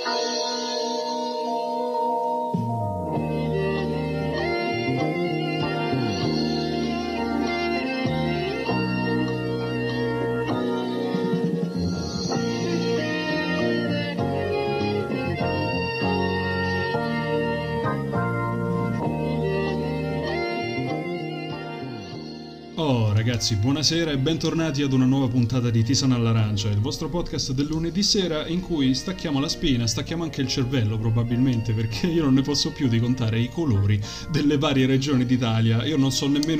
Oh ragazzi, buonasera e bentornati ad una nuova puntata di Tisana all'Arancia, il vostro podcast del lunedì sera in cui stacchiamo la spina, stacchiamo anche il cervello probabilmente, perché io non ne posso più di contare i colori delle varie regioni d'Italia. Io non so nemmeno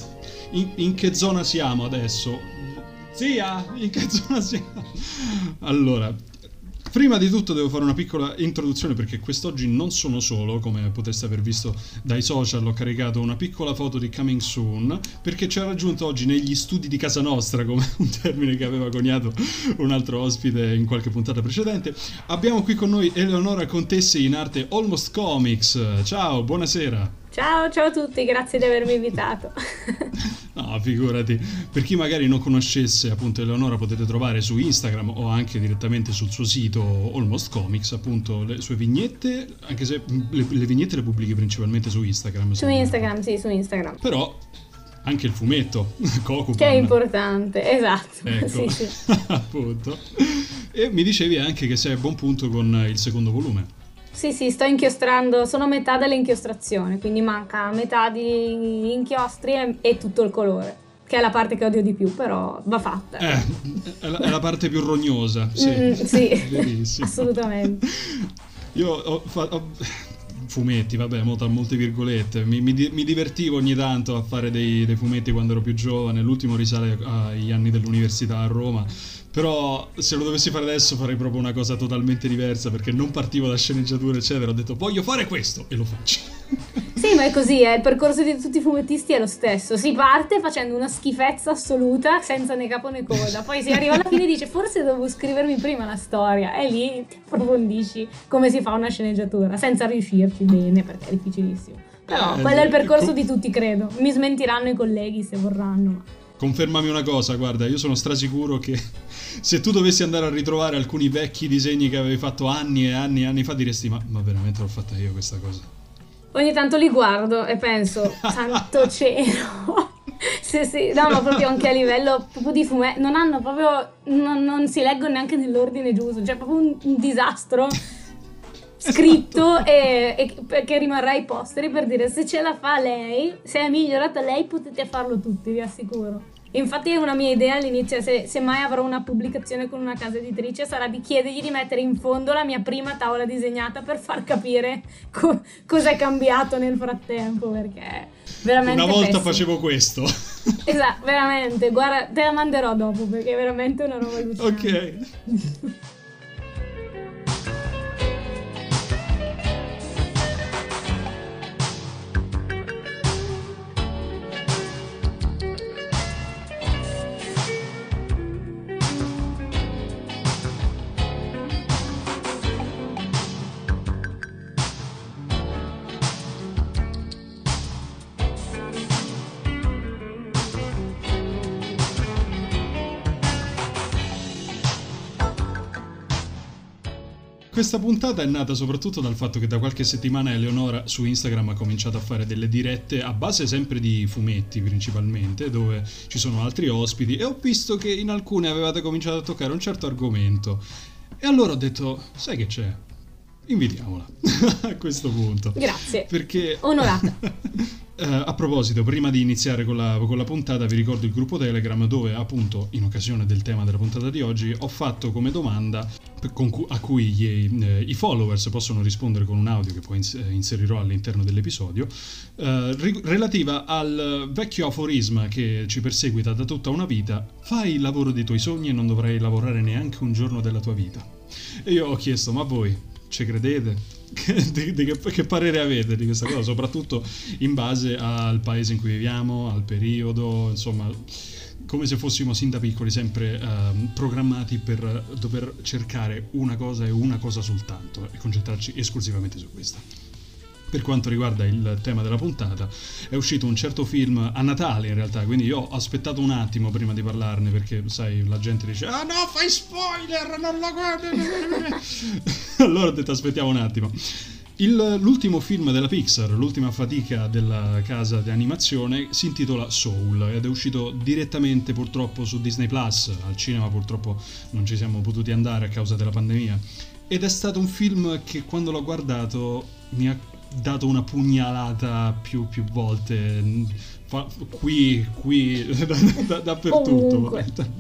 in che zona siamo adesso. Zia, in che zona siamo? Allora, prima di tutto devo fare una piccola introduzione perché quest'oggi non sono solo, come potreste aver visto dai social, ho caricato una piccola foto di Coming Soon perché ci ha raggiunto oggi negli studi di casa nostra, come un termine che aveva coniato un altro ospite in qualche puntata precedente. Abbiamo qui con noi Eleonora Contessi, in arte Almost Comics. Ciao, buonasera. Ciao a tutti, grazie di avermi invitato. No, figurati. Per chi magari non conoscesse appunto Eleonora, potete trovare su Instagram o anche direttamente sul suo sito Almost Comics appunto le sue vignette, anche se le vignette le pubblichi principalmente su Instagram. Su Instagram, sì, su Instagram. Però anche il fumetto, Kokupan. Che è importante, esatto. Ecco, sì. Appunto. E mi dicevi anche che sei a buon punto con il secondo volume. Sì, sto inchiostrando, sono a metà dell'inchiostrazione, quindi manca metà di inchiostri e tutto il colore, che è la parte che odio di più, però va fatta. È la parte più rognosa, sì. Sì, verissimo. Assolutamente. Io ho fumetti, vabbè, tra molte virgolette, mi divertivo ogni tanto a fare dei fumetti quando ero più giovane, l'ultimo risale agli anni dell'università a Roma. Però se lo dovessi fare adesso farei proprio una cosa totalmente diversa, perché non partivo da sceneggiature eccetera, ho detto voglio fare questo e lo faccio. Sì, ma è così, il percorso di tutti i fumettisti è lo stesso, si parte facendo una schifezza assoluta senza né capo né coda, poi si arriva alla fine e dice forse dovevo scrivermi prima la storia e lì approfondisci come si fa una sceneggiatura senza riuscirci bene perché è difficilissimo, però quello è il percorso di tutti, credo, mi smentiranno i colleghi se vorranno, ma... Confermami una cosa, guarda, io sono strasicuro che se tu dovessi andare a ritrovare alcuni vecchi disegni che avevi fatto anni e anni e anni fa diresti ma veramente l'ho fatta io questa cosa? Ogni tanto li guardo e penso, santo cielo, sì, no, ma proprio anche a livello proprio di fumetti, non hanno proprio, non si leggono neanche nell'ordine giusto, cioè proprio un disastro scritto e che rimarrà ai posteri per dire se ce la fa lei, se è migliorata lei potete farlo tutti, vi assicuro. Infatti è una mia idea all'inizio, se mai avrò una pubblicazione con una casa editrice sarà di chiedergli di mettere in fondo la mia prima tavola disegnata per far capire cosa è cambiato nel frattempo, perché veramente una volta pessimo. Facevo questo. Esatto, veramente, guarda, te la manderò dopo perché è veramente una roba allucinante. Ok. Questa puntata è nata soprattutto dal fatto che da qualche settimana Eleonora su Instagram ha cominciato a fare delle dirette a base sempre di fumetti principalmente, dove ci sono altri ospiti, e ho visto che in alcune avevate cominciato a toccare un certo argomento e allora ho detto, sai che c'è? Invitiamola a questo punto. Grazie. Perché... Onorata. A proposito, prima di iniziare con la puntata vi ricordo il gruppo Telegram dove appunto in occasione del tema della puntata di oggi ho fatto come domanda a cui i followers possono rispondere con un audio che poi inserirò all'interno dell'episodio, relativa al vecchio aforisma che ci perseguita da tutta una vita: fai il lavoro dei tuoi sogni e non dovrai lavorare neanche un giorno della tua vita. E io ho chiesto, ma voi ci credete? Che parere avete di questa cosa, soprattutto in base al paese in cui viviamo, al periodo, insomma, come se fossimo sin da piccoli sempre programmati per dover cercare una cosa e una cosa soltanto e concentrarci esclusivamente su questa. Per quanto riguarda il tema della puntata, è uscito un certo film a Natale in realtà, quindi io ho aspettato un attimo prima di parlarne perché, sai, la gente dice «Ah no, fai spoiler, non lo guardi!» Allora ho detto aspettiamo un attimo. L'ultimo film della Pixar, l'ultima fatica della casa di animazione, si intitola Soul ed è uscito direttamente purtroppo su Disney Plus. Al cinema purtroppo non ci siamo potuti andare a causa della pandemia. Ed è stato un film che quando l'ho guardato mi ha dato una pugnalata più volte. Qui, dappertutto.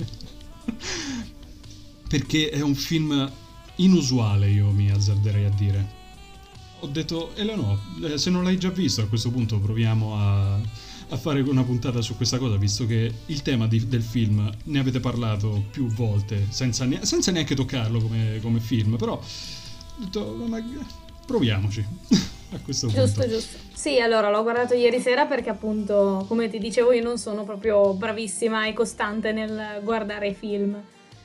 Perché è un film inusuale, io mi azzarderei a dire. Ho detto, Eleonora, se non l'hai già visto a questo punto proviamo a fare una puntata su questa cosa, visto che il tema del film ne avete parlato più volte senza neanche toccarlo come film, però ho detto, proviamoci a questo punto. Giusto. Sì, allora l'ho guardato ieri sera perché appunto, come ti dicevo, io non sono proprio bravissima e costante nel guardare i film.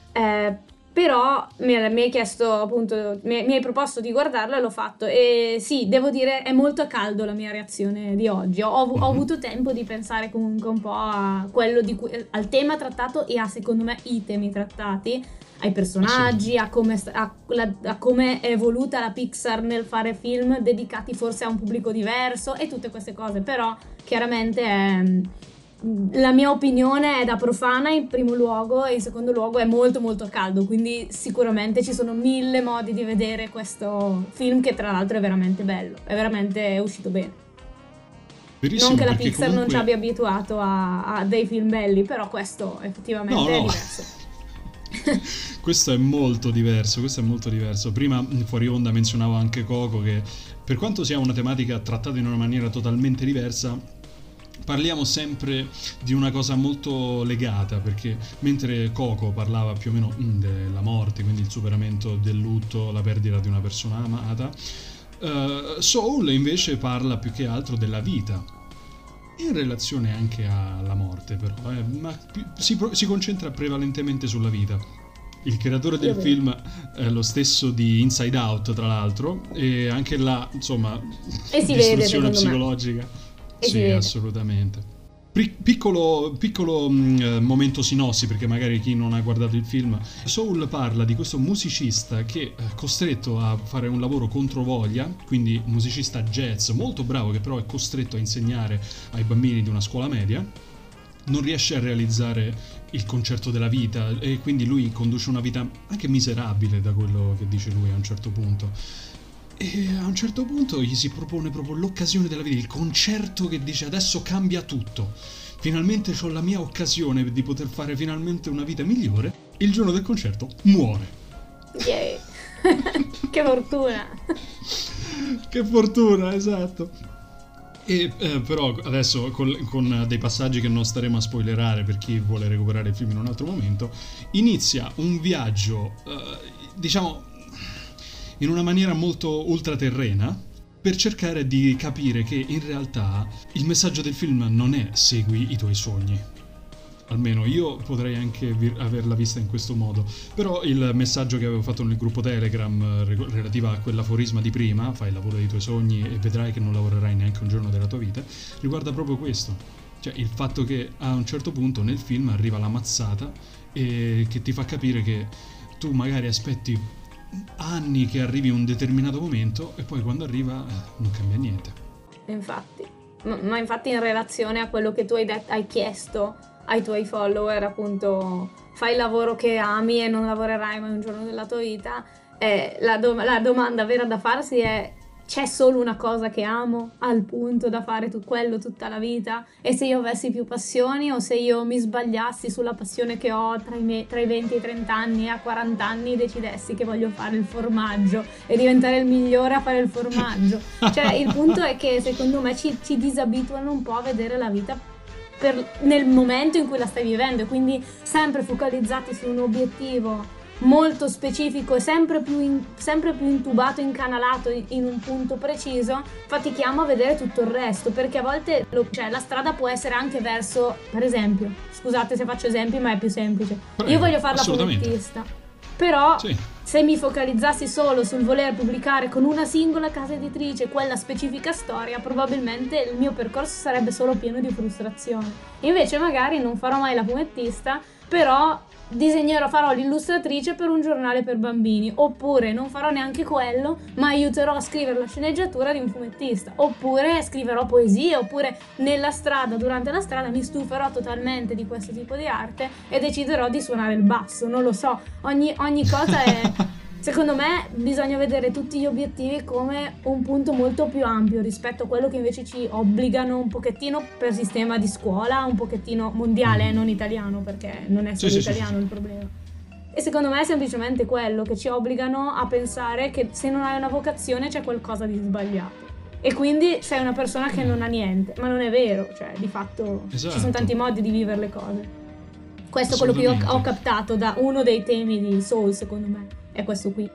Però mi hai chiesto appunto, mi hai proposto di guardarlo e l'ho fatto. E sì, devo dire, è molto a caldo la mia reazione di oggi. Ho avuto tempo di pensare comunque un po' a quello al tema trattato e a, secondo me, i temi trattati, ai personaggi, a come è evoluta la Pixar nel fare film dedicati forse a un pubblico diverso e tutte queste cose. Però chiaramente la mia opinione è da profana in primo luogo e in secondo luogo è molto molto caldo, quindi sicuramente ci sono 1000 modi di vedere questo film che tra l'altro è veramente bello, è veramente uscito bene. Verissimo, non che la perché Pixar comunque non ci abbia abituato a dei film belli, però questo effettivamente è diverso. Questo è molto diverso. Prima fuori onda menzionavo anche Coco, che per quanto sia una tematica trattata in una maniera totalmente diversa, parliamo sempre di una cosa molto legata, perché mentre Coco parlava più o meno della morte, quindi il superamento del lutto, la perdita di una persona amata, Soul invece parla più che altro della vita, in relazione anche alla morte però, ma si concentra prevalentemente sulla vita. Il creatore del film è lo stesso di Inside Out, tra l'altro, e anche là, insomma, e si distruzione vede, psicologica. Sì, vede. Assolutamente. Piccolo momento sinossi, perché magari chi non ha guardato il film. Soul parla di questo musicista che è costretto a fare un lavoro controvoglia, quindi un musicista jazz molto bravo che però è costretto a insegnare ai bambini di una scuola media, non riesce a realizzare il concerto della vita e quindi lui conduce una vita anche miserabile, da quello che dice lui a un certo punto. E a un certo punto gli si propone proprio l'occasione della vita, il concerto che dice adesso cambia tutto, finalmente ho la mia occasione di poter fare finalmente una vita migliore. Il giorno del concerto muore. Yay. Che fortuna. Che fortuna, esatto. E però adesso con dei passaggi che non staremo a spoilerare per chi vuole recuperare il film in un altro momento, inizia un viaggio diciamo in una maniera molto ultraterrena, per cercare di capire che in realtà il messaggio del film non è segui i tuoi sogni. Almeno io potrei anche averla vista in questo modo, però il messaggio che avevo fatto nel gruppo Telegram relativa a quell'aforisma di prima, fai il lavoro dei tuoi sogni e vedrai che non lavorerai neanche un giorno della tua vita, riguarda proprio questo. Cioè il fatto che a un certo punto nel film arriva la mazzata e che ti fa capire che tu magari aspetti anni che arrivi un determinato momento e poi quando arriva non cambia niente. Infatti, ma infatti in relazione a quello che tu hai chiesto ai tuoi follower, appunto fai il lavoro che ami e non lavorerai mai un giorno della tua vita, la domanda vera da farsi è: c'è solo una cosa che amo al punto da fare quello tutta la vita? E se io avessi più passioni, o se io mi sbagliassi sulla passione che ho tra i 20 e i 30 anni e a 40 anni decidessi che voglio fare il formaggio e diventare il migliore a fare il formaggio? Cioè il punto è che secondo me ci disabituano un po' a vedere la vita nel momento in cui la stai vivendo, e quindi sempre focalizzati su un obiettivo molto specifico e sempre più intubato, incanalato in un punto preciso, fatichiamo a vedere tutto il resto, perché a volte la strada può essere anche verso, per esempio, scusate se faccio esempi ma è più semplice. Prego, io voglio fare la fumettista, però sì, se mi focalizzassi solo sul voler pubblicare con una singola casa editrice quella specifica storia, probabilmente il mio percorso sarebbe solo pieno di frustrazione. Invece magari non farò mai la fumettista, però farò l'illustratrice per un giornale per bambini, oppure non farò neanche quello, ma aiuterò a scrivere la sceneggiatura di un fumettista, oppure scriverò poesie, oppure durante la strada mi stuferò totalmente di questo tipo di arte e deciderò di suonare il basso, non lo so, ogni cosa è... Secondo me bisogna vedere tutti gli obiettivi come un punto molto più ampio rispetto a quello che invece ci obbligano un pochettino per sistema di scuola, un pochettino mondiale, non italiano, perché non è solo italiano il problema. E secondo me è semplicemente quello, che ci obbligano a pensare che se non hai una vocazione c'è qualcosa di sbagliato. E quindi sei una persona che non ha niente, ma non è vero, cioè di fatto ci sono tanti modi di vivere le cose. Questo è quello che io ho captato da uno dei temi di Soul, secondo me. È questo qui.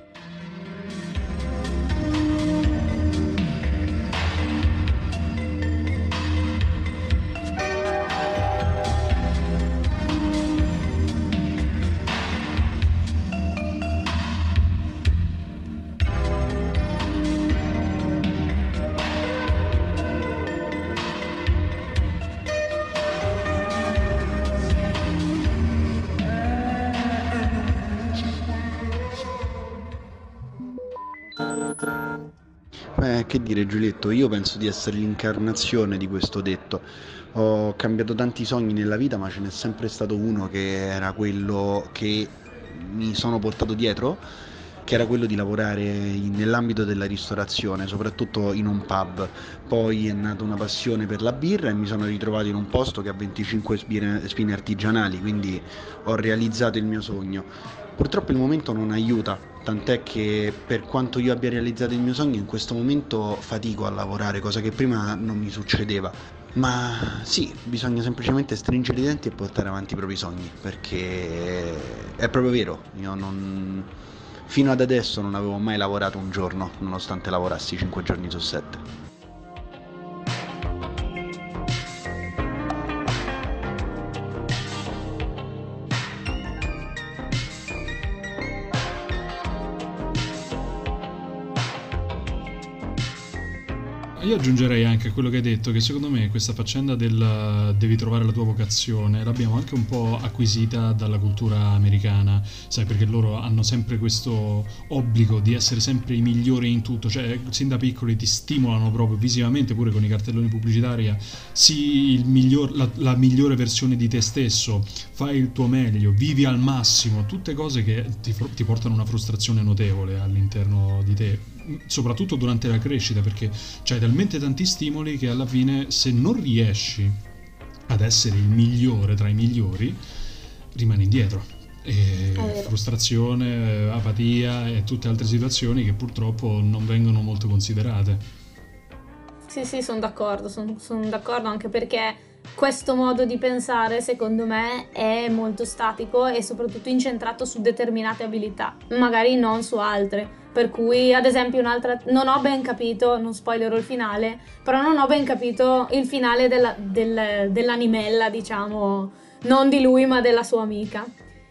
Che dire Giulietto, io penso di essere l'incarnazione di questo detto. Ho cambiato tanti sogni nella vita, ma ce n'è sempre stato uno che era quello che mi sono portato dietro, che era quello di lavorare nell'ambito della ristorazione, soprattutto in un pub. Poi è nata una passione per la birra e mi sono ritrovato in un posto che ha 25 spine artigianali, quindi ho realizzato il mio sogno. Purtroppo il momento non aiuta, tant'è che per quanto io abbia realizzato il mio sogno, in questo momento fatico a lavorare, cosa che prima non mi succedeva. Ma sì, bisogna semplicemente stringere i denti e portare avanti i propri sogni, perché è proprio vero, fino ad adesso non avevo mai lavorato un giorno, nonostante lavorassi 5 giorni su 7. Io aggiungerei anche a quello che hai detto, che secondo me questa faccenda del devi trovare la tua vocazione l'abbiamo anche un po' acquisita dalla cultura americana, sai, perché loro hanno sempre questo obbligo di essere sempre i migliori in tutto, cioè sin da piccoli ti stimolano proprio visivamente, pure con i cartelloni pubblicitari, sii la migliore versione di te stesso, fai il tuo meglio, vivi al massimo, tutte cose che ti portano una frustrazione notevole all'interno di te, soprattutto durante la crescita, perché c'hai talmente tanti stimoli che alla fine, se non riesci ad essere il migliore tra i migliori, rimani indietro, e frustrazione, apatia e tutte altre situazioni che purtroppo non vengono molto considerate. Sì, sono d'accordo, sono d'accordo, anche perché questo modo di pensare, secondo me, è molto statico e soprattutto incentrato su determinate abilità, magari non su altre. Per cui, ad esempio, non ho ben capito, non spoilerò il finale, però non ho ben capito il finale dell'animella, diciamo, non di lui ma della sua amica,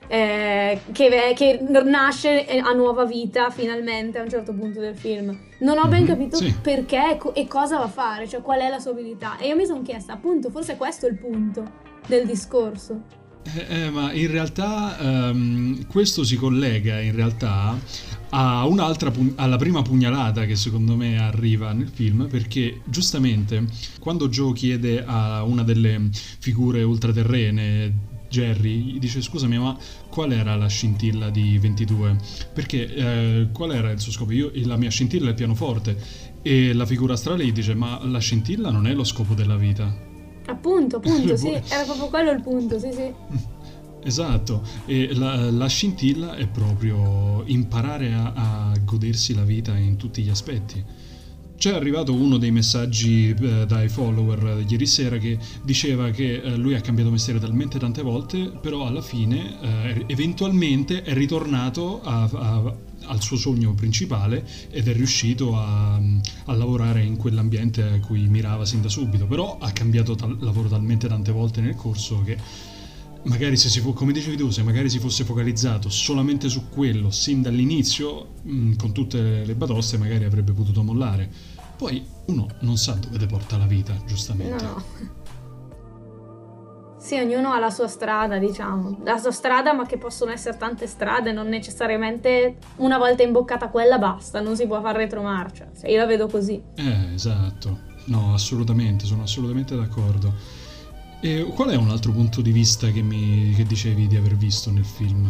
che nasce a nuova vita finalmente a un certo punto del film. Non ho ben capito perché e cosa va a fare, cioè qual è la sua abilità. E io mi sono chiesta, appunto, forse questo è il punto del discorso. Ma in realtà questo si collega in realtà a alla prima pugnalata che secondo me arriva nel film, perché giustamente quando Joe chiede a una delle figure ultraterrene, Jerry, gli dice: scusami, ma qual era la scintilla di 22? Perché qual era il suo scopo? La mia scintilla è il pianoforte. E la figura astrale gli dice: ma la scintilla non è lo scopo della vita. Appunto, sì, era proprio quello il punto, sì. Esatto, e la scintilla è proprio imparare a godersi la vita in tutti gli aspetti. C'è arrivato uno dei messaggi dai follower ieri sera che diceva che lui ha cambiato mestiere talmente tante volte, però alla fine eventualmente è ritornato al suo sogno principale ed è riuscito a lavorare in quell'ambiente a cui mirava sin da subito, però ha cambiato lavoro talmente tante volte nel corso che magari come dicevi tu, se magari si fosse focalizzato solamente su quello sin dall'inizio, con tutte le batoste, magari avrebbe potuto mollare. Poi uno non sa dove ti porta la vita, giustamente. No. Sì, ognuno ha la sua strada, diciamo. La sua strada, ma che possono essere tante strade, non necessariamente una volta imboccata quella basta, non si può fare retromarcia. Cioè, io la vedo così. Esatto. No, assolutamente, sono assolutamente d'accordo. E qual è un altro punto di vista che dicevi di aver visto nel film?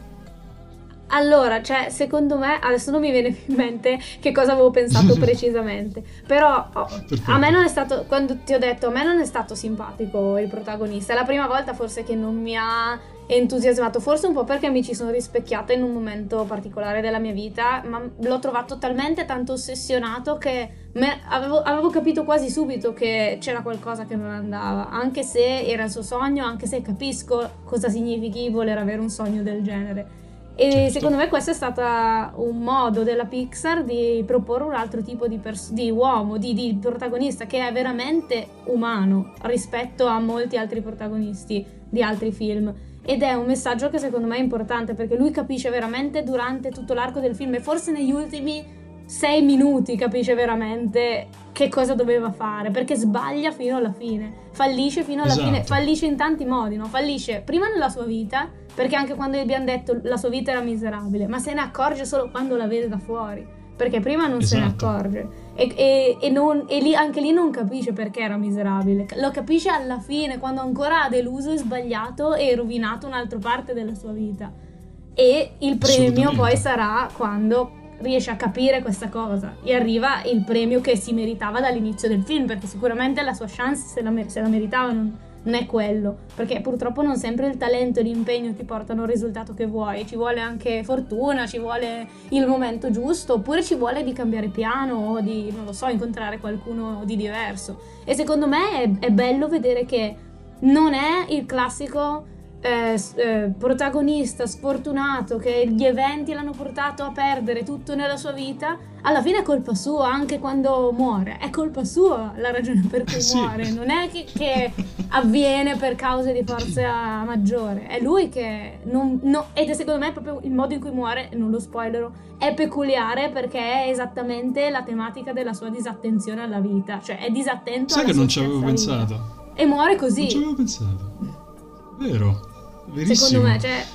Allora, cioè, secondo me, adesso non mi viene in mente che cosa avevo pensato precisamente, però a me non è stato, quando ti ho detto, a me non è stato simpatico il protagonista, è la prima volta forse che non mi ha entusiasmato, forse un po' perché mi ci sono rispecchiata in un momento particolare della mia vita, ma l'ho trovato talmente tanto ossessionato che avevo capito quasi subito che c'era qualcosa che non andava, anche se era il suo sogno, anche se capisco cosa significhi voler avere un sogno del genere. E Certo. secondo me questo è stato un modo della Pixar di proporre un altro tipo di uomo, di protagonista che è veramente umano rispetto a molti altri protagonisti di altri film. Ed è un messaggio che secondo me è importante perché lui capisce veramente durante tutto l'arco del film e forse negli ultimi 6 minuti capisce veramente che cosa doveva fare, perché sbaglia fino alla fine, fallisce fino alla fine, fallisce in tanti modi, no? Fallisce prima nella sua vita, perché anche quando gli abbiamo detto la sua vita era miserabile, ma se ne accorge solo quando la vede da fuori, perché prima non se ne accorge e lì, anche lì non capisce perché era miserabile, lo capisce alla fine, quando ancora ha deluso e sbagliato e rovinato un'altra parte della sua vita, e il premio poi sarà quando riesce a capire questa cosa e arriva il premio che si meritava dall'inizio del film, perché sicuramente la sua chance se la meritava, non è quello, perché purtroppo non sempre il talento e l'impegno ti portano al risultato che vuoi, ci vuole anche fortuna, ci vuole il momento giusto, oppure ci vuole di cambiare piano o di, non lo so, incontrare qualcuno di diverso. E secondo me è bello vedere che non è il classico protagonista sfortunato che gli eventi l'hanno portato a perdere tutto nella sua vita, alla fine è colpa sua, anche quando muore è colpa sua la ragione per cui muore, non è che avviene per cause di forza maggiore, è lui che ed è secondo me proprio il modo in cui muore, non lo spoilerò, è peculiare perché è esattamente la tematica della sua disattenzione alla vita, cioè è disattento alla sua stessa vita. Sai che non ci avevo pensato e muore così, non ci avevo pensato, vero? Verissimo. Secondo me, cioè,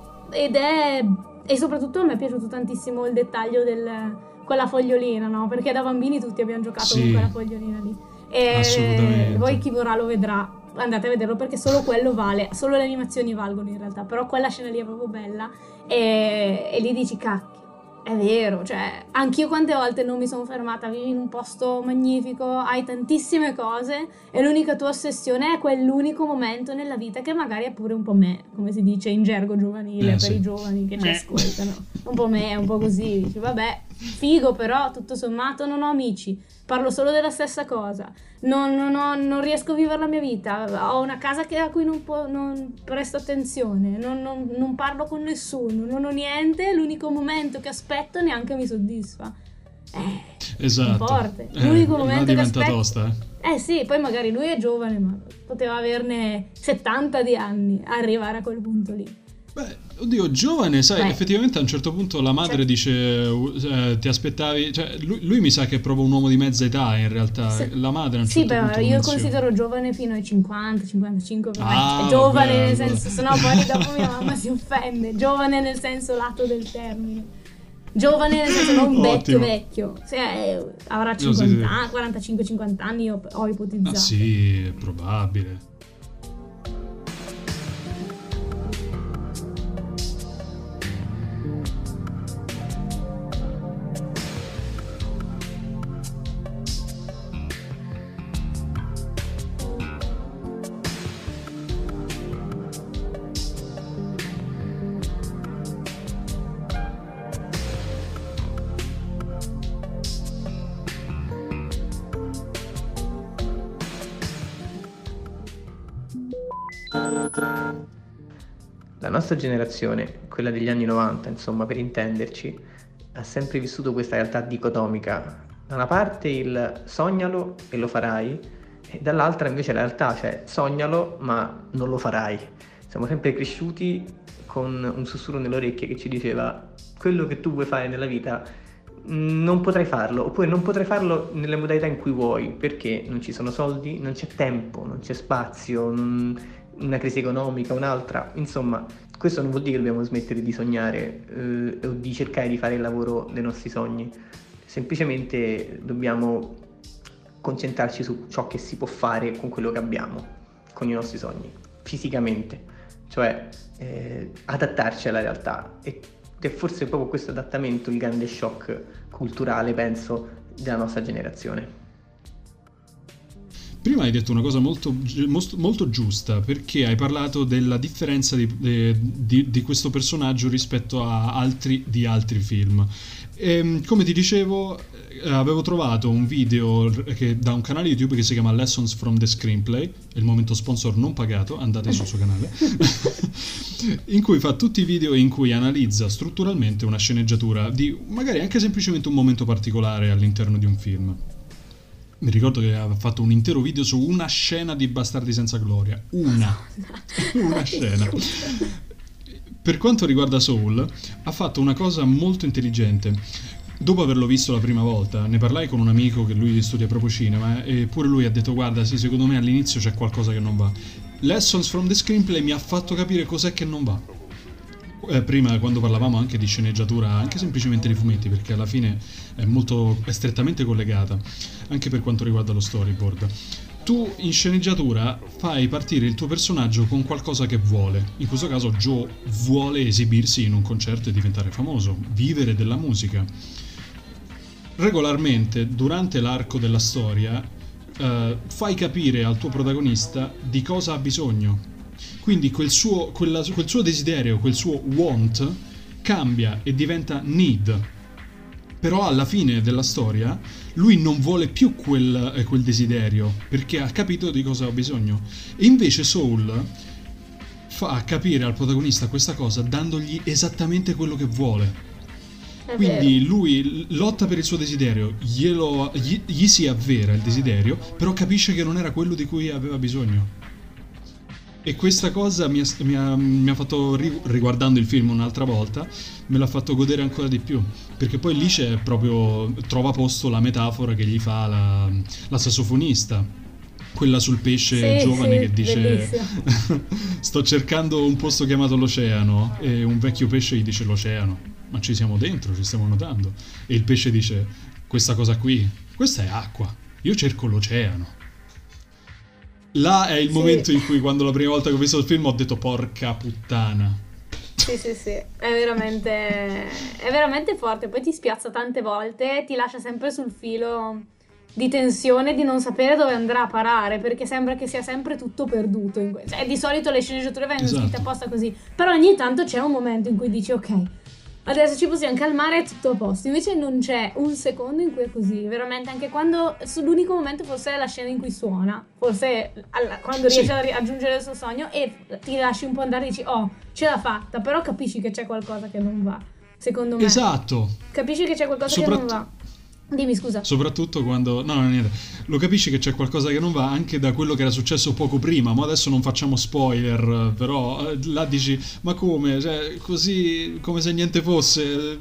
e soprattutto a me è piaciuto tantissimo il dettaglio con la fogliolina, no? Perché da bambini tutti abbiamo giocato con quella fogliolina lì. E assolutamente. Poi chi vorrà lo vedrà, andate a vederlo perché solo quello vale, solo le animazioni valgono in realtà, però quella scena lì è proprio bella e lì dici cacchio. È vero, cioè, anch'io quante volte non mi sono fermata, vivi in un posto magnifico, hai tantissime cose e l'unica tua ossessione è quell'unico momento nella vita che magari è pure un po' me, come si dice in gergo giovanile per i giovani che ci ascoltano. Un po' me, un po' così, dici vabbè, figo però tutto sommato non ho amici, parlo solo della stessa cosa, non riesco a vivere la mia vita, ho una casa a cui non presto attenzione, non parlo con nessuno, non ho niente, l'unico momento che aspetto neanche mi soddisfa. Esatto. Forte. L'unico momento che aspetto tosta, sì, poi magari lui è giovane, ma poteva averne 70 di anni a arrivare a quel punto lì. Beh, oddio, giovane, sai, effettivamente a un certo punto la madre dice ti aspettavi, cioè lui mi sa che è proprio un uomo di mezza età in realtà, la madre a un certo punto io considero giovane fino ai 50, 55, è giovane nel senso, sennò poi dopo mia mamma si offende, giovane nel senso lato del termine, giovane nel senso non vecchio, se avrà 50 anni, 45-50 anni io ho ipotizzato. Sì, è probabile. La nostra generazione, quella degli anni 90, insomma, per intenderci, ha sempre vissuto questa realtà dicotomica. Da una parte il sognalo e lo farai, e dall'altra invece la realtà, cioè sognalo ma non lo farai. Siamo sempre cresciuti con un sussurro nelle orecchie che ci diceva quello che tu vuoi fare nella vita non potrai farlo, oppure non potrai farlo nelle modalità in cui vuoi, perché non ci sono soldi, non c'è tempo, non c'è spazio, una crisi economica, un'altra, insomma, questo non vuol dire che dobbiamo smettere di sognare o di cercare di fare il lavoro dei nostri sogni, semplicemente dobbiamo concentrarci su ciò che si può fare con quello che abbiamo, con i nostri sogni, fisicamente, cioè adattarci alla realtà. Ed è forse proprio questo adattamento il grande shock culturale, penso, della nostra generazione. Prima hai detto una cosa molto giusta, perché hai parlato della differenza di questo personaggio rispetto a altri film. E, come ti dicevo, avevo trovato un video da un canale YouTube che si chiama Lessons from the Screenplay, il momento sponsor non pagato, andate sul suo canale, in cui fa tutti i video in cui analizza strutturalmente una sceneggiatura di magari anche semplicemente un momento particolare all'interno di un film. Mi ricordo che aveva fatto un intero video su una scena di Bastardi senza gloria. Una scena. Per quanto riguarda Soul, ha fatto una cosa molto intelligente. Dopo averlo visto la prima volta, ne parlai con un amico che lui studia proprio cinema, e pure lui ha detto: guarda, sì, secondo me all'inizio c'è qualcosa che non va. Lessons from the Screenplay mi ha fatto capire cos'è che non va. Prima, quando parlavamo anche di sceneggiatura, anche semplicemente di fumetti, perché alla fine è strettamente collegata, anche per quanto riguarda lo storyboard. Tu in sceneggiatura fai partire il tuo personaggio con qualcosa che vuole. In questo caso Joe vuole esibirsi in un concerto e diventare famoso, vivere della musica. Regolarmente, durante l'arco della storia, fai capire al tuo protagonista di cosa ha bisogno. Quindi quel suo desiderio, quel suo want, cambia e diventa need. Però alla fine della storia lui non vuole più quel desiderio, perché ha capito di cosa ha bisogno. E invece Soul fa capire al protagonista questa cosa dandogli esattamente quello che vuole. Quindi lui lotta per il suo desiderio, gli si avvera il desiderio, però capisce che non era quello di cui aveva bisogno. E questa cosa mi ha fatto, riguardando il film un'altra volta, me l'ha fatto godere ancora di più, perché poi lì c'è proprio, trova posto la metafora che gli fa la sassofonista, quella sul pesce giovane che dice sto cercando un posto chiamato l'oceano, e un vecchio pesce gli dice: l'oceano, ma ci siamo dentro, ci stiamo nuotando. E il pesce dice: questa cosa qui, questa è acqua, io cerco l'oceano. Là è il momento in cui, quando la prima volta che ho visto il film, ho detto: porca puttana. Sì, è veramente forte. Poi ti spiazza tante volte, ti lascia sempre sul filo di tensione, di non sapere dove andrà a parare, perché sembra che sia sempre tutto perduto. Cioè, di solito le sceneggiature vengono scritte apposta così, però ogni tanto c'è un momento in cui dici: ok, adesso ci possiamo calmare, è tutto a posto. Invece non c'è un secondo in cui è così, veramente. Anche quando, l'unico momento forse è la scena in cui suona, forse quando riesce a raggiungere il suo sogno, e ti lasci un po' andare e dici: oh, ce l'ha fatta. Però capisci che c'è qualcosa che non va, secondo me. Esatto. Capisci che c'è qualcosa che non va. Dimmi, scusa. Soprattutto quando... No, niente. Lo capisci che c'è qualcosa che non va anche da quello che era successo poco prima, ma adesso non facciamo spoiler, però là dici: ma come? Cioè, così, come se niente fosse.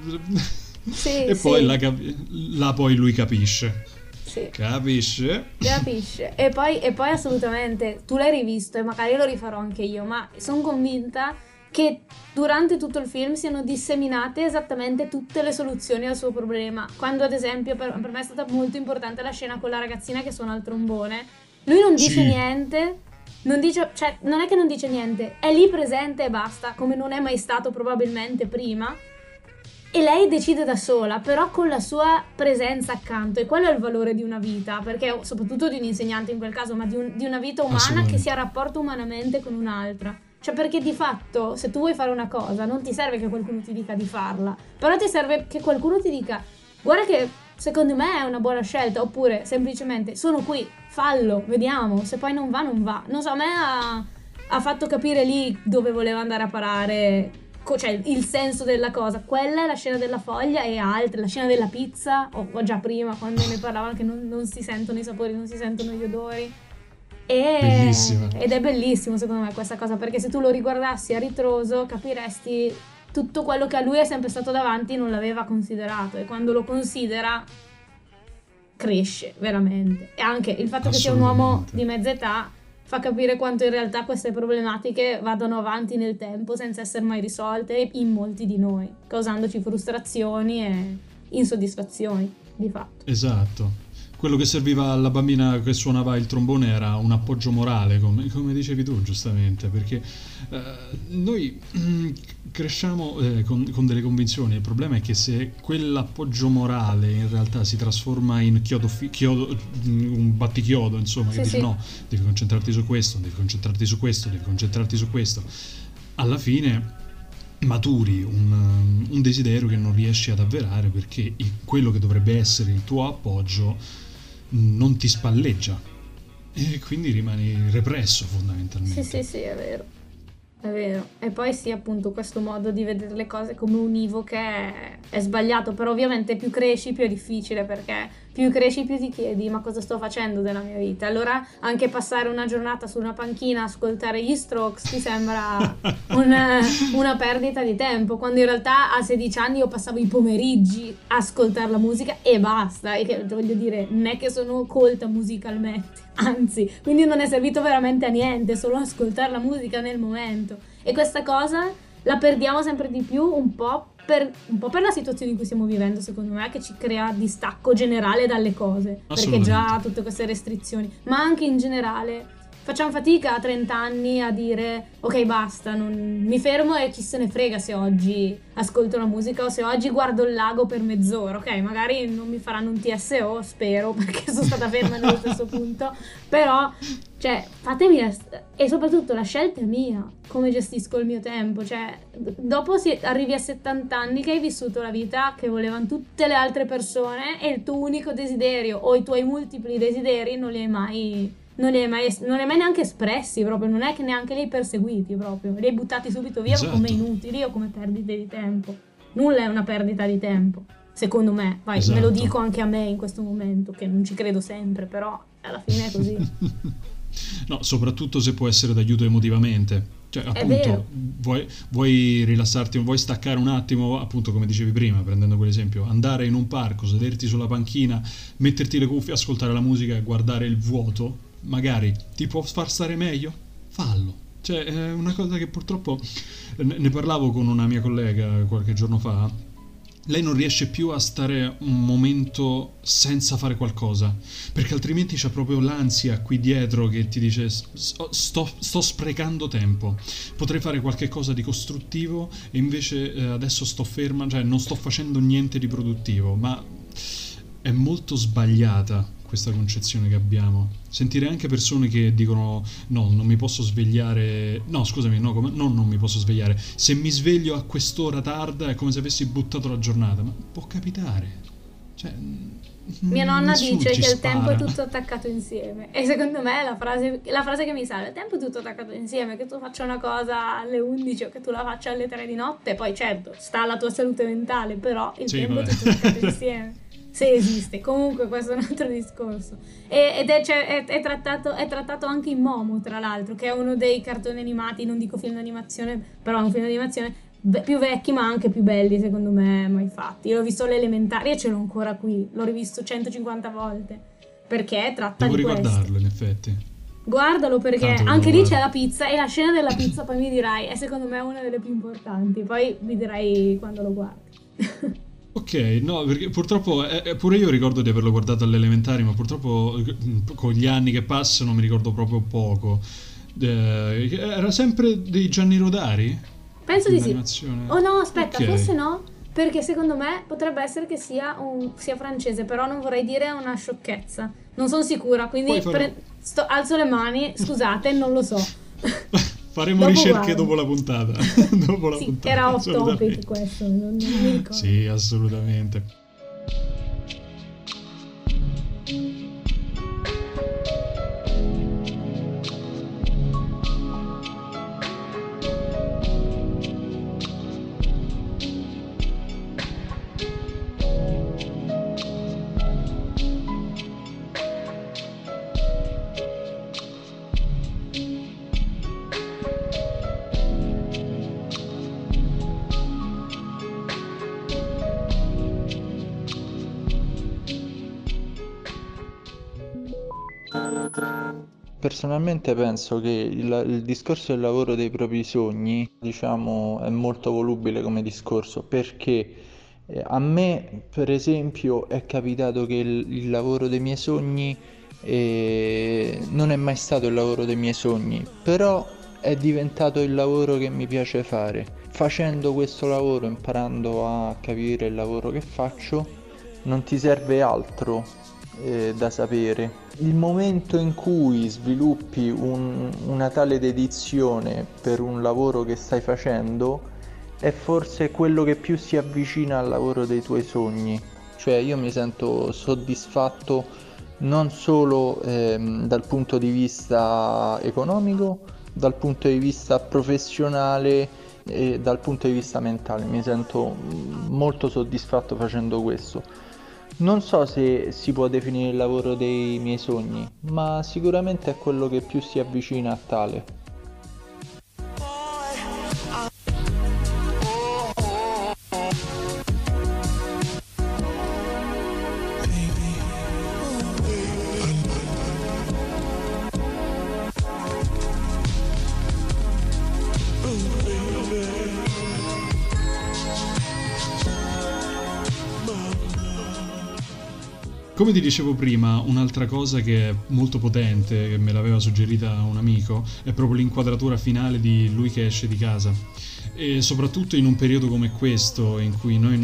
E poi là poi lui capisce. Sì. Capisce. E poi assolutamente, tu l'hai rivisto e magari lo rifarò anche io, ma sono convinta che durante tutto il film siano disseminate esattamente tutte le soluzioni al suo problema. Quando, ad esempio, per me è stata molto importante la scena con la ragazzina che suona il trombone. Lui non dice niente, non è che non dice niente, è lì presente e basta, come non è mai stato probabilmente prima. E lei decide da sola, però con la sua presenza accanto, e quello è il valore di una vita, perché soprattutto di un insegnante in quel caso, ma di una vita umana che si rapporta umanamente con un'altra. Cioè, perché di fatto, se tu vuoi fare una cosa, non ti serve che qualcuno ti dica di farla, però ti serve che qualcuno ti dica: guarda che secondo me è una buona scelta, oppure semplicemente sono qui, fallo, vediamo, se poi non va, non va. Non so, a me ha fatto capire lì dove voleva andare a parare, cioè il senso della cosa. Quella è la scena della foglia, e altre, la scena della pizza, o già prima, quando ne parlavano che non si sentono i sapori, non si sentono gli odori. Ed è bellissimo secondo me questa cosa, perché se tu lo riguardassi a ritroso capiresti tutto quello che a lui è sempre stato davanti non l'aveva considerato, e quando lo considera cresce veramente. E anche il fatto che sia un uomo di mezza età fa capire quanto in realtà queste problematiche vadano avanti nel tempo senza essere mai risolte in molti di noi, causandoci frustrazioni e insoddisfazioni, di fatto. Esatto. Quello che serviva alla bambina che suonava il trombone era un appoggio morale, come dicevi tu giustamente, perché noi cresciamo con delle convinzioni. Il problema è che se quell'appoggio morale in realtà si trasforma in un battichiodo, insomma, che dice no, devi concentrarti su questo, devi concentrarti su questo, devi concentrarti su questo, alla fine maturi un desiderio che non riesci ad avverare perché quello che dovrebbe essere il tuo appoggio non ti spalleggia e quindi rimani represso fondamentalmente. Sì, è vero. È vero. E poi sì, appunto, questo modo di vedere le cose come univoche è sbagliato, però ovviamente più cresci più è difficile, perché più cresci più ti chiedi ma cosa sto facendo della mia vita. Allora anche passare una giornata su una panchina a ascoltare gli Strokes ti sembra una perdita di tempo, quando in realtà a 16 anni io passavo i pomeriggi a ascoltare la musica e basta, e che voglio dire, non è che sono colta musicalmente, anzi, quindi non è servito veramente a niente, solo ascoltare la musica nel momento. E questa cosa la perdiamo sempre di più un po' per la situazione in cui stiamo vivendo, secondo me, che ci crea distacco generale dalle cose, perché già tutte queste restrizioni, ma anche in generale facciamo fatica a 30 anni a dire ok basta, non mi fermo e chi se ne frega se oggi ascolto la musica o se oggi guardo il lago per mezz'ora. Ok, magari non mi faranno un TSO, spero, perché sono stata ferma nello stesso punto, però cioè fatemi e soprattutto la scelta è mia, come gestisco il mio tempo. Cioè dopo arrivi a 70 anni che hai vissuto la vita che volevano tutte le altre persone e il tuo unico desiderio o i tuoi multipli desideri non li hai mai neanche espressi, proprio non è che neanche li hai perseguiti, proprio li hai buttati subito via. Esatto. Come inutili o come perdite di tempo. Nulla è una perdita di tempo, secondo me. Vai, esatto. Me lo dico anche a me in questo momento, che non ci credo sempre, però alla fine è così. No, soprattutto se può essere d'aiuto emotivamente. Cioè, appunto, vuoi rilassarti, vuoi staccare un attimo, appunto, come dicevi prima, prendendo quell'esempio, andare in un parco, sederti sulla panchina, metterti le cuffie, ascoltare la musica e guardare il vuoto, magari ti può far stare meglio? Fallo. Cioè, è una cosa che purtroppo ne parlavo con una mia collega qualche giorno fa. Lei non riesce più a stare un momento senza fare qualcosa, perché altrimenti c'è proprio l'ansia qui dietro che ti dice sto sprecando tempo, potrei fare qualche cosa di costruttivo e invece adesso sto ferma, cioè non sto facendo niente di produttivo. Ma è molto sbagliata questa concezione che abbiamo. Sentire anche persone che dicono no, non mi posso svegliare, no scusami, non mi posso svegliare, se mi sveglio a quest'ora tarda è come se avessi buttato la giornata. Ma può capitare, cioè mia nonna dice che il tempo è tutto attaccato insieme, e secondo me la frase che mi salva: il tempo è tutto attaccato insieme, che tu faccia una cosa alle 11 o che tu la faccia alle 3 di notte, poi certo sta alla tua salute mentale, però il tempo è tutto attaccato insieme, se esiste. Comunque questo è un altro discorso, ed è trattato anche in Momo, tra l'altro, che è uno dei cartoni animati, non dico film d'animazione, però è un film d'animazione più vecchi ma anche più belli secondo me mai fatti. Io l'ho visto alle elementari e ce l'ho ancora qui, l'ho rivisto 150 volte, perché tratta di questo. Devo riguardarlo, in effetti. Guardalo, perché anche lì c'è la pizza, e la scena della pizza poi mi dirai è secondo me una delle più importanti, poi mi dirai quando lo guardi. Ok, no, perché purtroppo pure io ricordo di averlo guardato alle elementari, ma purtroppo con gli anni che passano mi ricordo proprio poco. Era sempre dei Gianni Rodari? Penso di sì. Oh no, aspetta, okay. Forse no, perché secondo me potrebbe essere che sia francese, però non vorrei dire una sciocchezza. Non sono sicura, quindi alzo le mani, scusate, non lo so. Faremo ricerche dopo la puntata. Dopo la puntata, era off topic questo, non mi ricordo. Sì, assolutamente. Personalmente penso che il discorso del lavoro dei propri sogni, diciamo, è molto volubile come discorso, perché a me, per esempio, è capitato che il lavoro dei miei sogni non è mai stato il lavoro dei miei sogni, però è diventato il lavoro che mi piace fare. Facendo questo lavoro, imparando a capire il lavoro che faccio, non ti serve altro da sapere. Il momento in cui sviluppi una tale dedizione per un lavoro che stai facendo è forse quello che più si avvicina al lavoro dei tuoi sogni. Cioè io mi sento soddisfatto non solo dal punto di vista economico, dal punto di vista professionale e dal punto di vista mentale. Mi sento molto soddisfatto facendo questo. Non so se si può definire il lavoro dei miei sogni, ma sicuramente è quello che più si avvicina a tale. Come ti dicevo prima, un'altra cosa che è molto potente, che me l'aveva suggerita un amico, è proprio l'inquadratura finale di lui che esce di casa. E soprattutto in un periodo come questo, in cui noi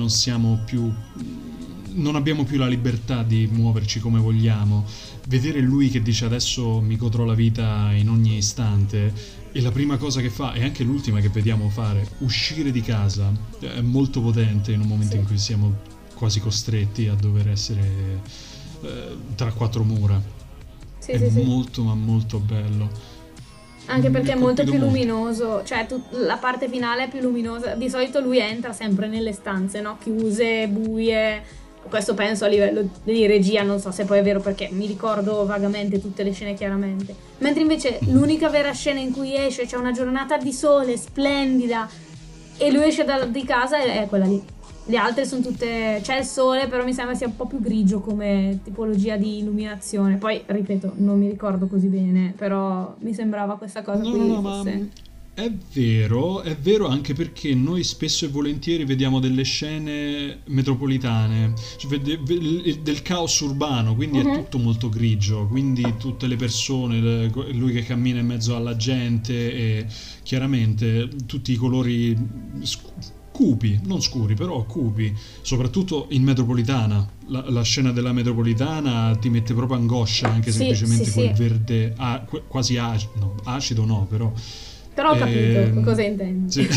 non abbiamo più la libertà di muoverci come vogliamo, vedere lui che dice adesso mi godrò la vita in ogni istante, e la prima cosa che fa, e anche l'ultima che vediamo fare, uscire di casa, è molto potente in un momento in cui siamo quasi costretti a dover essere tra quattro mura. Sì, È sì. molto ma molto bello. Anche perché è molto più molto. luminoso, cioè la parte finale è più luminosa. Di solito lui entra sempre nelle stanze, no? Chiuse, buie. Questo penso a livello di regia, non so se poi è vero perché mi ricordo vagamente tutte le scene chiaramente. Mentre invece l'unica vera scena in cui esce, c'è una giornata di sole splendida e lui esce di casa è quella lì. Le altre sono tutte... c'è il sole, però mi sembra sia un po' più grigio come tipologia di illuminazione. Poi, ripeto, non mi ricordo così bene, però mi sembrava questa cosa qui No, fosse... ma è vero anche perché noi spesso e volentieri vediamo delle scene metropolitane, cioè del caos urbano, quindi è tutto molto grigio, quindi tutte le persone, lui che cammina in mezzo alla gente e chiaramente tutti i colori cupi, non scuri, però cupi, soprattutto in metropolitana. La scena della metropolitana ti mette proprio angoscia, anche semplicemente quel verde quasi acido, acido no, però ho capito cosa intendi. Sì.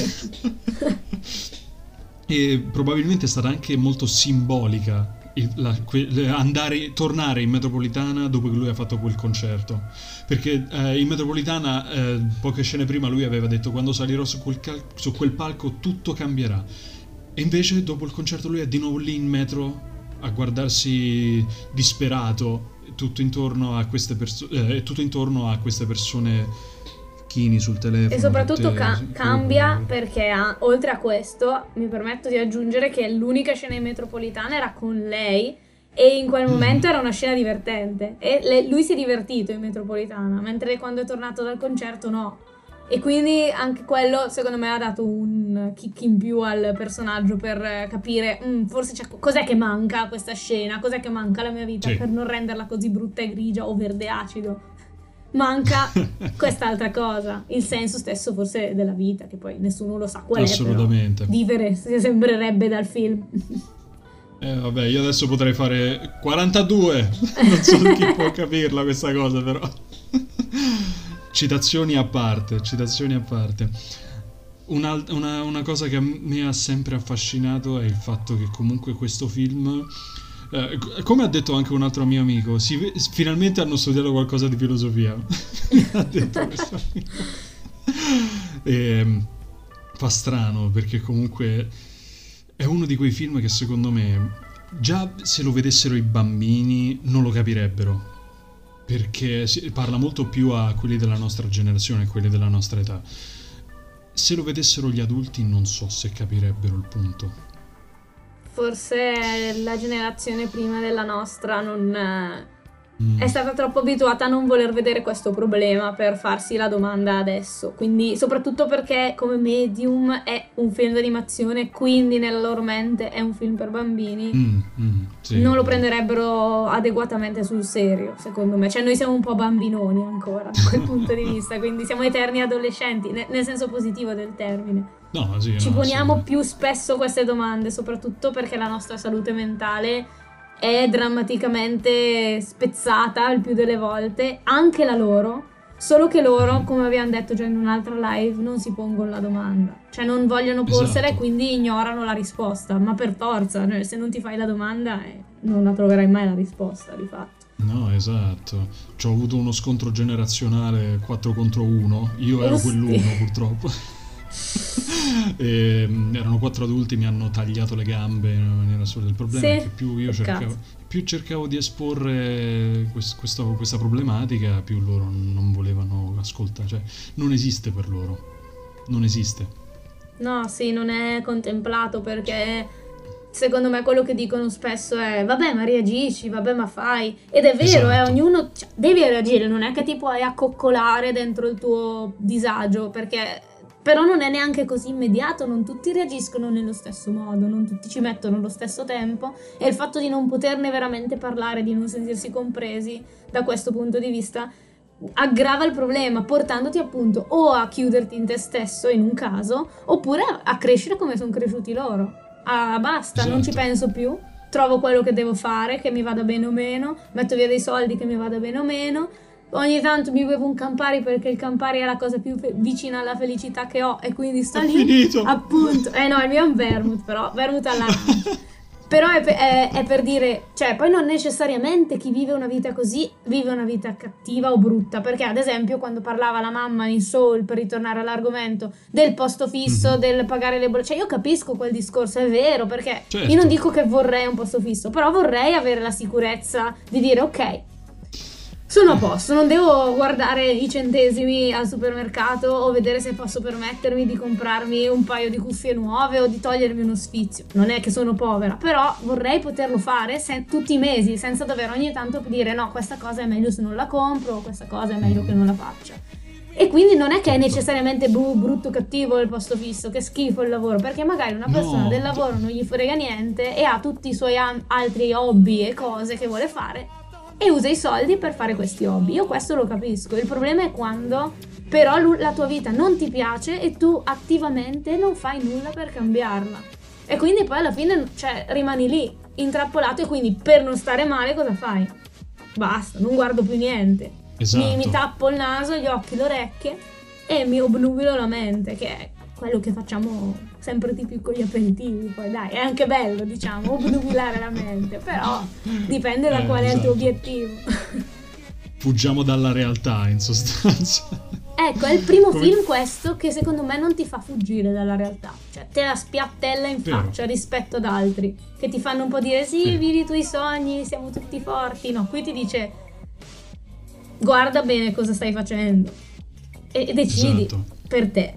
E probabilmente è stata anche molto simbolica tornare in metropolitana dopo che lui ha fatto quel concerto, perché in metropolitana poche scene prima lui aveva detto quando salirò su quel palco tutto cambierà, e invece dopo il concerto lui è di nuovo lì in metro a guardarsi disperato tutto intorno a queste persone chini sul telefono, e soprattutto tutte, cambia perché oltre a questo mi permetto di aggiungere che l'unica scena in metropolitana era con lei e in quel momento era una scena divertente e lui si è divertito in metropolitana, mentre quando è tornato dal concerto no, e quindi anche quello secondo me ha dato un kick in più al personaggio per capire forse cos'è che manca a questa scena, cos'è che manca alla mia vita per non renderla così brutta e grigia o verde acido. Manca quest'altra cosa, il senso stesso forse della vita, che poi nessuno lo sa qual è, assolutamente. Però vivere si sembrerebbe dal film. Vabbè, io adesso potrei fare 42, non so chi può capirla questa cosa, però citazioni a parte. Una cosa che mi ha sempre affascinato è il fatto che comunque questo film, come ha detto anche un altro mio amico, finalmente hanno studiato qualcosa di filosofia. Ha detto questo amico. E fa strano perché comunque è uno di quei film che secondo me già se lo vedessero i bambini non lo capirebbero, perché parla molto più a quelli della nostra generazione, a quelli della nostra età. Se lo vedessero gli adulti non so se capirebbero il punto. Forse la generazione prima della nostra non è stata troppo abituata a non voler vedere questo problema per farsi la domanda adesso. Quindi, soprattutto perché come medium è un film d'animazione, quindi nella loro mente è un film per bambini, sì. non lo prenderebbero adeguatamente sul serio, secondo me. Cioè noi siamo un po' bambinoni ancora da quel punto di vista, quindi siamo eterni adolescenti, nel senso positivo del termine. No, sì, Ci no, poniamo sì. più spesso queste domande, soprattutto perché la nostra salute mentale è drammaticamente spezzata il più delle volte, anche la loro, solo che loro, come abbiamo detto già in un'altra live, non si pongono la domanda, cioè non vogliono porsela e quindi ignorano la risposta, ma per forza, cioè, se non ti fai la domanda non la troverai mai la risposta, di fatto. No, esatto. C'ho avuto uno scontro generazionale 4 contro 1, io ero quell'uno purtroppo. Erano 4 adulti, mi hanno tagliato le gambe in una maniera assurda. Il problema è che più io cercavo di esporre questa problematica, più loro non volevano ascoltare, cioè non esiste per loro, non esiste. No, sì, non è contemplato, perché secondo me quello che dicono spesso è vabbè, ma reagisci, vabbè, ma fai. Ed è vero, Esatto. ognuno devi reagire, non è che ti puoi accoccolare dentro il tuo disagio, perché però non è neanche così immediato, non tutti reagiscono nello stesso modo, non tutti ci mettono lo stesso tempo, e il fatto di non poterne veramente parlare, di non sentirsi compresi da questo punto di vista aggrava il problema, portandoti appunto o a chiuderti in te stesso in un caso, oppure a crescere come sono cresciuti loro. Ah, basta, Esatto. non ci penso più, trovo quello che devo fare, che mi vada bene o meno, metto via dei soldi che mi vada bene o meno. Ogni tanto mi bevo un Campari perché il Campari è la cosa più vicina alla felicità che ho, e quindi sta lì. Finito. Appunto. No, il mio è un vermouth, però vermouth all'arancia. Però è per dire, cioè, poi non necessariamente chi vive una vita così vive una vita cattiva o brutta, perché ad esempio quando parlava la mamma in Soul, per ritornare all'argomento del posto fisso, del pagare le bollette, cioè io capisco quel discorso, è vero, perché certo, io non dico che vorrei un posto fisso, però vorrei avere la sicurezza di dire ok, sono a posto, non devo guardare i centesimi al supermercato o vedere se posso permettermi di comprarmi un paio di cuffie nuove o di togliermi uno sfizio. Non è che sono povera, però vorrei poterlo fare tutti i mesi, senza dover ogni tanto dire no, questa cosa è meglio se non la compro, o questa cosa è meglio che non la faccia. E quindi non è che è necessariamente brutto, cattivo il posto fisso, che schifo il lavoro, perché magari una persona del lavoro non gli frega niente e ha tutti i suoi altri hobby e cose che vuole fare e usa i soldi per fare questi hobby. Io questo lo capisco. Il problema è quando però la tua vita non ti piace e tu attivamente non fai nulla per cambiarla, e quindi poi alla fine, cioè, rimani lì intrappolato, e quindi per non stare male cosa fai? Basta, non guardo più niente. Esatto. Mi tappo il naso, gli occhi, le orecchie e mi obnubilo la mente, che è quello che facciamo sempre tipo con gli aperitivi. Poi dai, è anche bello, diciamo, obnubilare la mente, però dipende da qual è il tuo obiettivo. Fuggiamo dalla realtà, in sostanza. Ecco, è il primo film questo che secondo me non ti fa fuggire dalla realtà, cioè te la spiattella in faccia rispetto ad altri che ti fanno un po' dire sì, vivi i tuoi sogni, siamo tutti forti. No, qui ti dice guarda bene cosa stai facendo e decidi per te.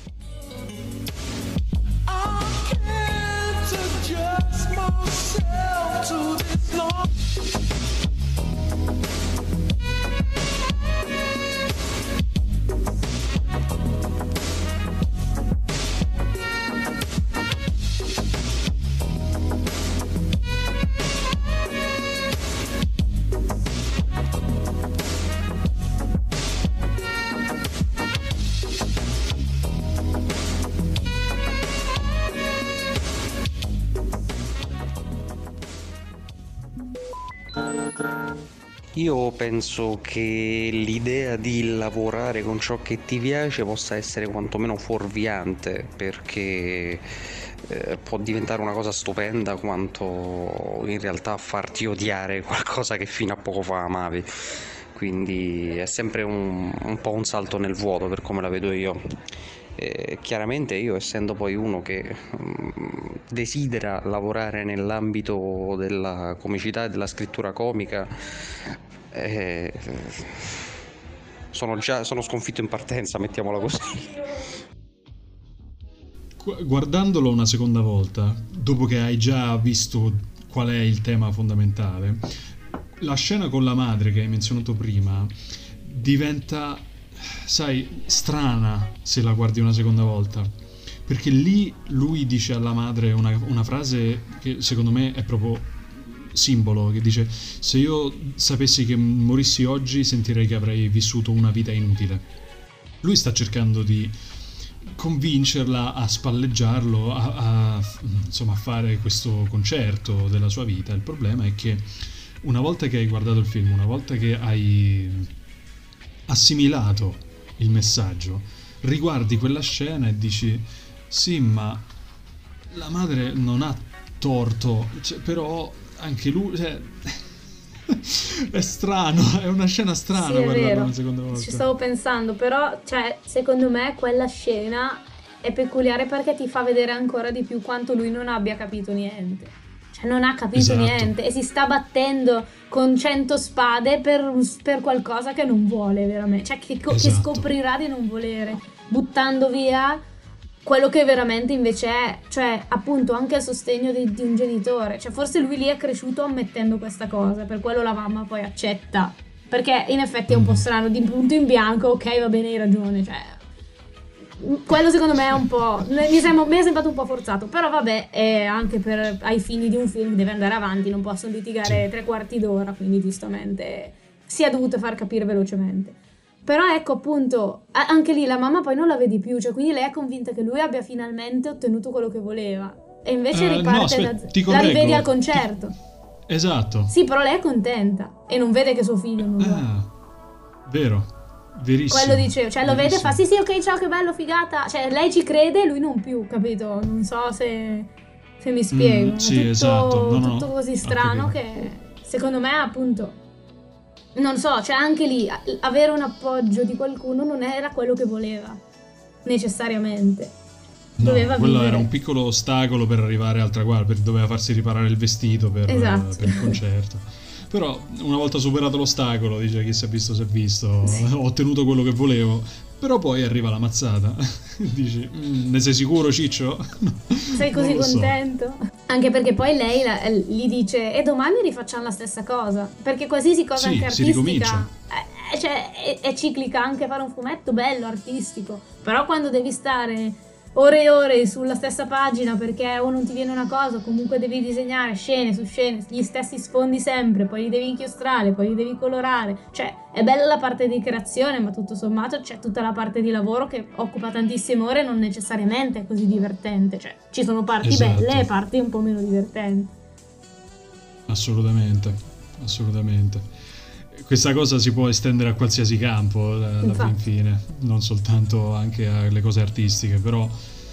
Io penso che l'idea di lavorare con ciò che ti piace possa essere quantomeno fuorviante, perché può diventare una cosa stupenda quanto in realtà farti odiare qualcosa che fino a poco fa amavi. Quindi è sempre un po' un salto nel vuoto per come la vedo io. Chiaramente io, essendo poi uno che desidera lavorare nell'ambito della comicità e della scrittura comica, sono sconfitto in partenza, mettiamola così. Guardandolo una seconda volta, dopo che hai già visto qual è il tema fondamentale, la scena con la madre che hai menzionato prima diventa, sai, strana se la guardi una seconda volta, perché lì lui dice alla madre una frase che secondo me è proprio simbolo, che dice: se io sapessi che morissi oggi sentirei che avrei vissuto una vita inutile. Lui sta cercando di convincerla a spalleggiarlo, insomma a fare questo concerto della sua vita. Il problema è che una volta che hai guardato il film, una volta che hai assimilato il messaggio, riguardi quella scena e dici: sì, ma la madre non ha torto, cioè, però anche lui, cioè, è strano, è una scena strana, sì, guardarla una seconda volta. Ci stavo pensando, però, cioè, secondo me quella scena è peculiare perché ti fa vedere ancora di più quanto lui non abbia capito niente. Cioè, non ha capito niente e si sta battendo con 100 spade per qualcosa che non vuole veramente, cioè che scoprirà di non volere, buttando via quello che veramente invece è, cioè appunto anche il sostegno di un genitore. Cioè forse lui lì è cresciuto ammettendo questa cosa, per quello la mamma poi accetta, perché in effetti è un po' strano, di punto in bianco, ok, va bene, hai ragione, cioè quello secondo me è un po', mi è sembrato un po' forzato, però vabbè, anche ai fini di un film deve andare avanti, non possono litigare 3/4 d'ora, quindi giustamente si è dovuto far capire velocemente. Però ecco, appunto, anche lì la mamma poi non la vedi più, cioè quindi lei è convinta che lui abbia finalmente ottenuto quello che voleva. E invece riparte la rivedi al concerto. Esatto. Sì, però lei è contenta e non vede che suo figlio non va. Vero, verissimo. Quello dicevo, cioè lo vede e fa sì, ok, ciao, che bello, figata. Cioè lei ci crede e lui non più, capito? Non so se mi spiego. Sì, esatto. Tutto così strano che secondo me appunto... Non so, cioè anche lì avere un appoggio di qualcuno non era quello che voleva necessariamente. No, doveva quello vivere. Era un piccolo ostacolo per arrivare al traguardo, doveva farsi riparare il vestito per il concerto. Però una volta superato l'ostacolo, dice: chi si è visto si è visto, sì. Ho ottenuto quello che volevo. Però poi arriva la mazzata. Dici: ne sei sicuro, Ciccio? Sei così contento? So. Anche perché poi lei gli dice: e domani rifacciamo la stessa cosa. Perché qualsiasi cosa anche artistica cioè, è ciclica, anche fare un fumetto bello, artistico. Però quando devi stare ore e ore sulla stessa pagina perché o non ti viene una cosa o comunque devi disegnare scene su scene, gli stessi sfondi sempre, poi li devi inchiostrare, poi li devi colorare, cioè è bella la parte di creazione, ma tutto sommato c'è tutta la parte di lavoro che occupa tantissime ore e non necessariamente è così divertente, cioè ci sono parti belle e parti un po' meno divertenti. Assolutamente. Questa cosa si può estendere a qualsiasi campo alla fine, non soltanto anche alle cose artistiche, però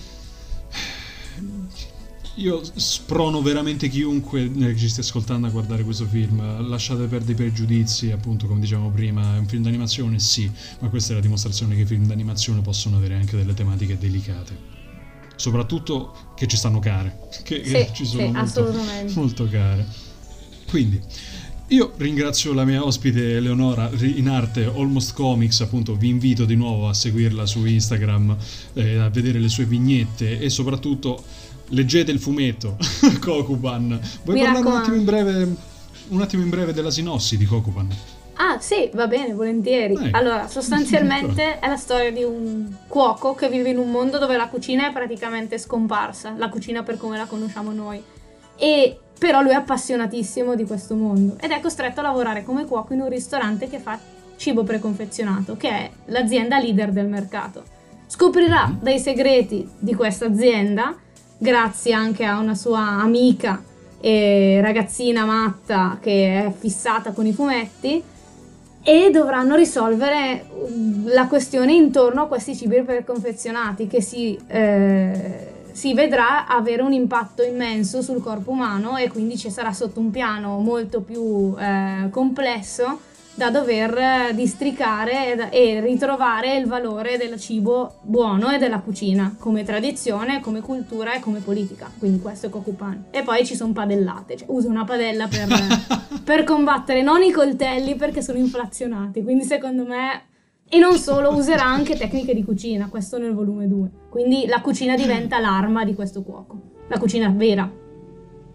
io sprono veramente chiunque che ci stia ascoltando a guardare questo film. Lasciate perdere i pregiudizi, appunto, come dicevamo prima, è un film d'animazione, sì, ma questa è la dimostrazione che i film d'animazione possono avere anche delle tematiche delicate, soprattutto che ci stanno care, che ci sono molto care. Quindi io ringrazio la mia ospite Eleonora in arte Almost Comics, appunto vi invito di nuovo a seguirla su Instagram, a vedere le sue vignette e soprattutto leggete il fumetto Kokuban. Vuoi parlare un attimo in breve della sinossi di Kokuban? Ah sì, va bene, volentieri. Allora, sostanzialmente è la storia di un cuoco che vive in un mondo dove la cucina è praticamente scomparsa, la cucina per come la conosciamo noi. E però lui è appassionatissimo di questo mondo ed è costretto a lavorare come cuoco in un ristorante che fa cibo preconfezionato, che è l'azienda leader del mercato. Scoprirà dei segreti di questa azienda grazie anche a una sua amica e ragazzina matta che è fissata con i fumetti, e dovranno risolvere la questione intorno a questi cibi preconfezionati che si vedrà avere un impatto immenso sul corpo umano, e quindi ci sarà sotto un piano molto più complesso da dover districare e ritrovare il valore del cibo buono e della cucina come tradizione, come cultura e come politica. Quindi questo è Kokupan. E poi ci sono padellate, cioè usa una padella per combattere, non i coltelli perché sono inflazionati, quindi secondo me... E non solo, userà anche tecniche di cucina, questo nel volume 2. Quindi la cucina diventa l'arma di questo cuoco. La cucina vera.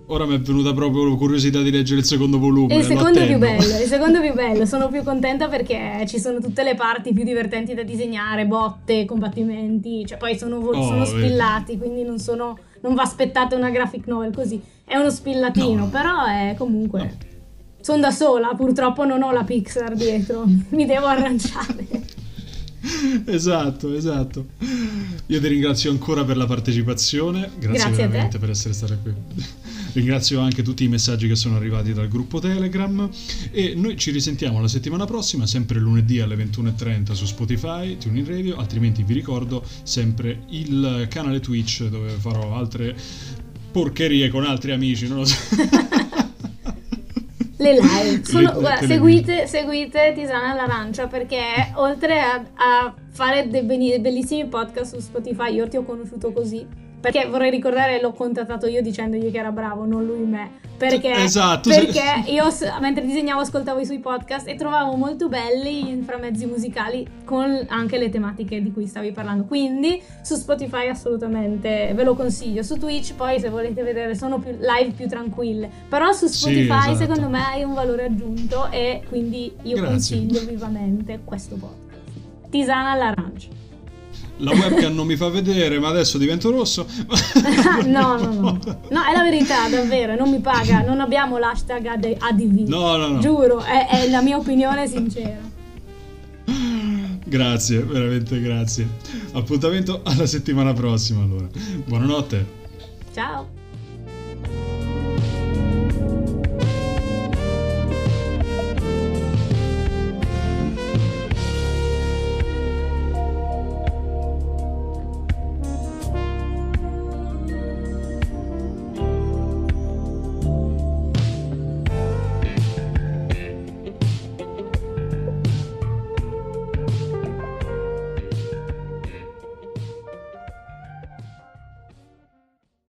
Ora mi è venuta proprio curiosità di leggere il secondo volume. Il secondo è più bello, sono più contenta perché ci sono tutte le parti più divertenti da disegnare, botte, combattimenti, cioè poi sono spillati, quindi non va aspettata una graphic novel così, è uno spillatino, però è comunque... No. Sono da sola, purtroppo non ho la Pixar dietro, mi devo arrangiare. Esatto. Io ti ringrazio ancora per la partecipazione, grazie veramente per essere stata qui. Ringrazio anche tutti i messaggi che sono arrivati dal gruppo Telegram e noi ci risentiamo la settimana prossima, sempre lunedì alle 21:30 su Spotify, TuneIn Radio, altrimenti vi ricordo sempre il canale Twitch dove farò altre porcherie con altri amici, non lo so. Le live, seguite Tisana all'Arancia, perché oltre a fare dei bellissimi podcast su Spotify, io ti ho conosciuto così, perché vorrei ricordare, l'ho contattato io dicendogli che era bravo, non lui me, perché io mentre disegnavo ascoltavo i suoi podcast e trovavo molto belli gli inframezzi musicali con anche le tematiche di cui stavi parlando, quindi su Spotify assolutamente ve lo consiglio. Su Twitch poi, se volete vedere, sono live più tranquille, però su Spotify secondo me hai un valore aggiunto e quindi io consiglio vivamente questo podcast. Tisana all'Arancia. La webcam non mi fa vedere, ma adesso divento rosso. No, è la verità, davvero, non mi paga, non abbiamo l'hashtag ADV. No. Giuro, è la mia opinione sincera. Grazie, veramente grazie. Appuntamento alla settimana prossima, allora. Buonanotte. Ciao.